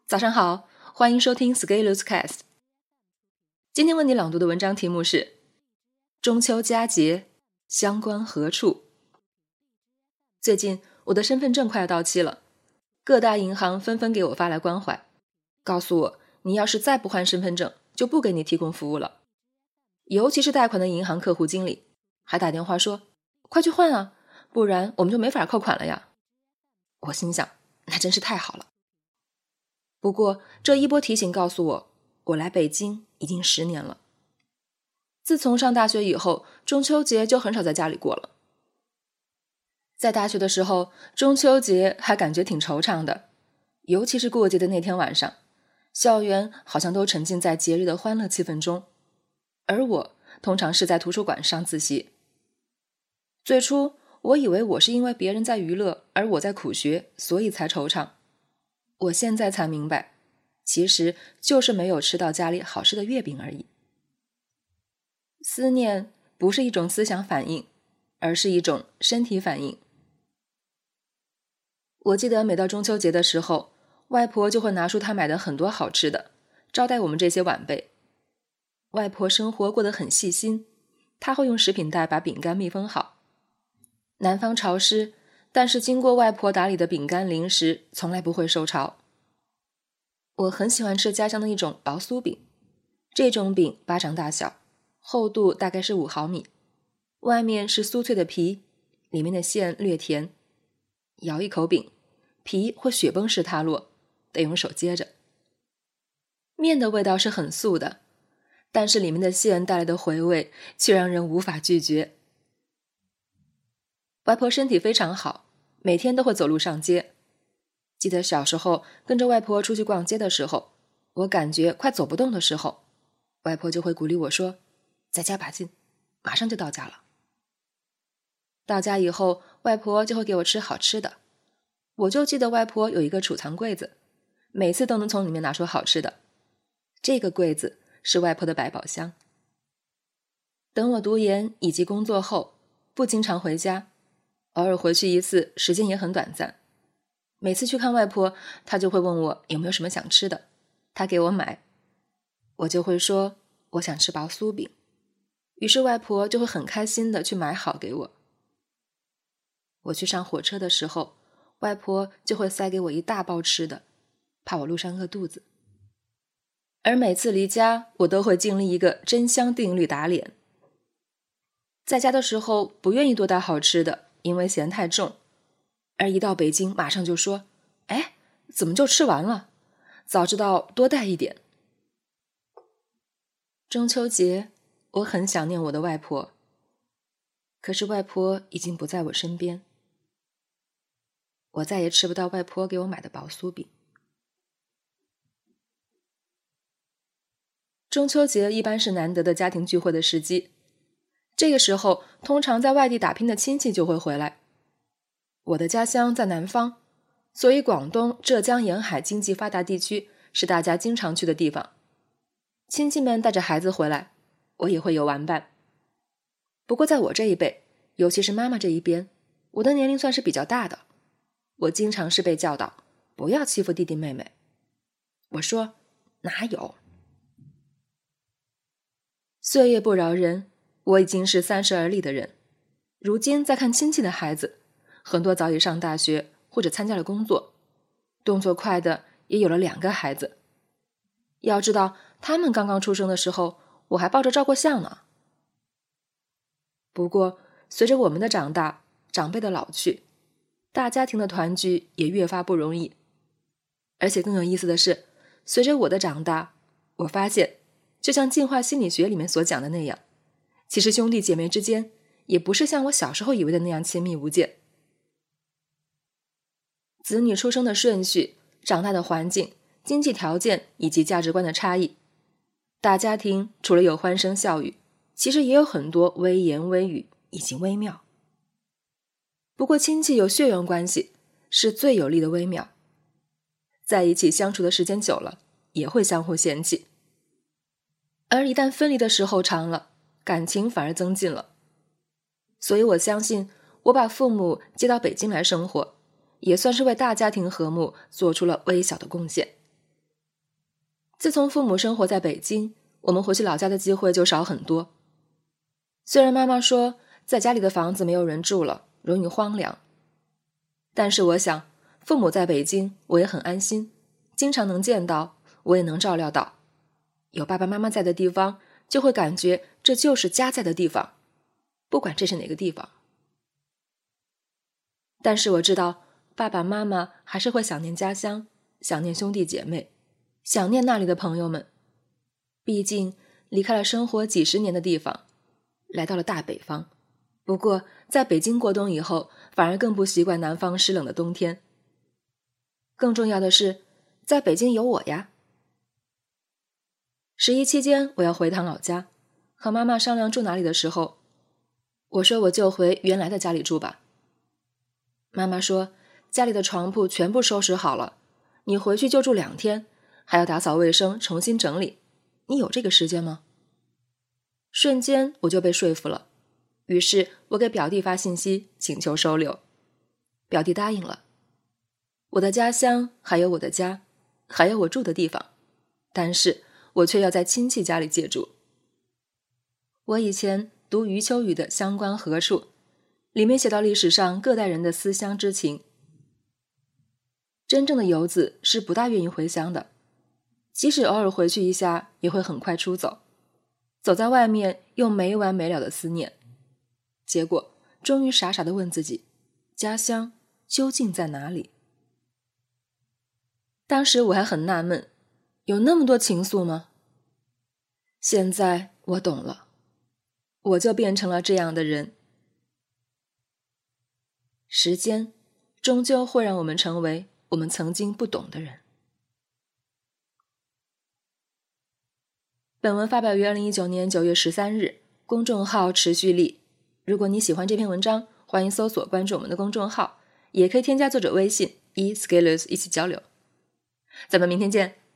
早上好，欢迎收听 Scaleus Cast。 今天为你朗读的文章题目是中秋佳节，相关何处？最近我的身份证快要到期了，各大银行纷纷给我发来关怀，告诉我你要是再不换身份证，就不给你提供服务了。尤其是贷款的银行客户经理还打电话说快去换啊，不然我们就没法扣款了呀。我心想那真是太好了。不过这一波提醒告诉我，我来北京已经10年了。自从上大学以后，中秋节就很少在家里过了。在大学的时候，中秋节还感觉挺惆怅的，尤其是过节的那天晚上，校园好像都沉浸在节日的欢乐气氛中，而我通常是在图书馆上自习。最初我以为我是因为别人在娱乐，而我在苦学，所以才惆怅。我现在才明白，其实就是没有吃到家里好吃的月饼而已。思念不是一种思想反应，而是一种身体反应。我记得每到中秋节的时候，外婆就会拿出她买的很多好吃的，招待我们这些晚辈。外婆生活过得很细心，她会用食品袋把饼干密封好。南方潮湿，但是经过外婆打理的饼干零食从来不会受潮。我很喜欢吃家乡的一种薄酥饼，这种饼巴掌大小，厚度大概是5毫米，外面是酥脆的皮，里面的馅略甜。咬一口饼，皮会雪崩式塌落，得用手接着。面的味道是很素的，但是里面的馅带来的回味却让人无法拒绝。外婆身体非常好，每天都会走路上街。记得小时候跟着外婆出去逛街的时候，我感觉快走不动的时候，外婆就会鼓励我说再加把劲，马上就到家了。到家以后，外婆就会给我吃好吃的。我就记得外婆有一个储藏柜子，每次都能从里面拿出好吃的。这个柜子是外婆的百宝箱。等我读研以及工作后，不经常回家，偶尔回去一次，时间也很短暂。每次去看外婆，她就会问我有没有什么想吃的，她给我买。我就会说我想吃薄酥饼，于是外婆就会很开心的去买好给我。我去上火车的时候，外婆就会塞给我一大包吃的，怕我路上饿肚子。而每次离家，我都会经历一个真香定律打脸。在家的时候不愿意多带好吃的，因为嫌太重，而一到北京马上就说哎，怎么就吃完了？早知道多带一点。中秋节我很想念我的外婆，可是外婆已经不在我身边，我再也吃不到外婆给我买的薄酥饼。中秋节一般是难得的家庭聚会的时机，这个时候通常在外地打拼的亲戚就会回来。我的家乡在南方，所以广东、浙江沿海经济发达地区是大家经常去的地方。亲戚们带着孩子回来，我也会有玩伴。不过在我这一辈，尤其是妈妈这一边，我的年龄算是比较大的，我经常是被教导不要欺负弟弟妹妹。我说哪有？岁月不饶人，我已经是30而立的人，如今再看亲戚的孩子，很多早已上大学或者参加了工作，动作快的也有了2个孩子。要知道他们刚刚出生的时候，我还抱着照过相呢。不过随着我们的长大，长辈的老去，大家庭的团聚也越发不容易。而且更有意思的是，随着我的长大，我发现就像进化心理学里面所讲的那样，其实兄弟姐妹之间也不是像我小时候以为的那样亲密无间。子女出生的顺序、长大的环境、经济条件以及价值观的差异，大家庭除了有欢声笑语，其实也有很多微言微语以及微妙。不过亲戚有血缘关系是最有力的微妙，在一起相处的时间久了，也会相互嫌弃。而一旦分离的时候长了，感情反而增进了。所以我相信，我把父母接到北京来生活，也算是为大家庭和睦做出了微小的贡献。 自从父母生活在北京，我们回去老家的机会就少很多。虽然妈妈说在家里的房子没有人住了，容易荒凉，但是我想父母在北京我也很安心，经常能见到，我也能照料到。有爸爸妈妈在的地方，就会感觉这就是家在的地方，不管这是哪个地方。但是我知道爸爸妈妈还是会想念家乡，想念兄弟姐妹，想念那里的朋友们。毕竟离开了生活几十年的地方，来到了大北方。不过在北京过冬以后，反而更不习惯南方湿冷的冬天。更重要的是，在北京有我呀。11期间我要回趟老家，和妈妈商量住哪里的时候，我说我就回原来的家里住吧。妈妈说家里的床铺全部收拾好了，你回去就住2天，还要打扫卫生重新整理，你有这个时间吗？瞬间我就被说服了，于是我给表弟发信息请求收留，表弟答应了。我的家乡还有我的家，还有我住的地方，但是我却要在亲戚家里借住。我以前读余秋雨的《乡关何处》，里面写到历史上各代人的思乡之情。真正的游子是不大愿意回乡的，即使偶尔回去一下，也会很快出走，走在外面又没完没了的思念，结果终于傻傻地问自己，家乡究竟在哪里？当时我还很纳闷，有那么多情愫吗？现在我懂了，我就变成了这样的人。时间终究会让我们成为我们曾经不懂的人。本文发表于2019年9月13日，公众号持续力。如果你喜欢这篇文章，欢迎搜索关注我们的公众号，也可以添加作者微信 eScalers 一起交流。咱们明天见。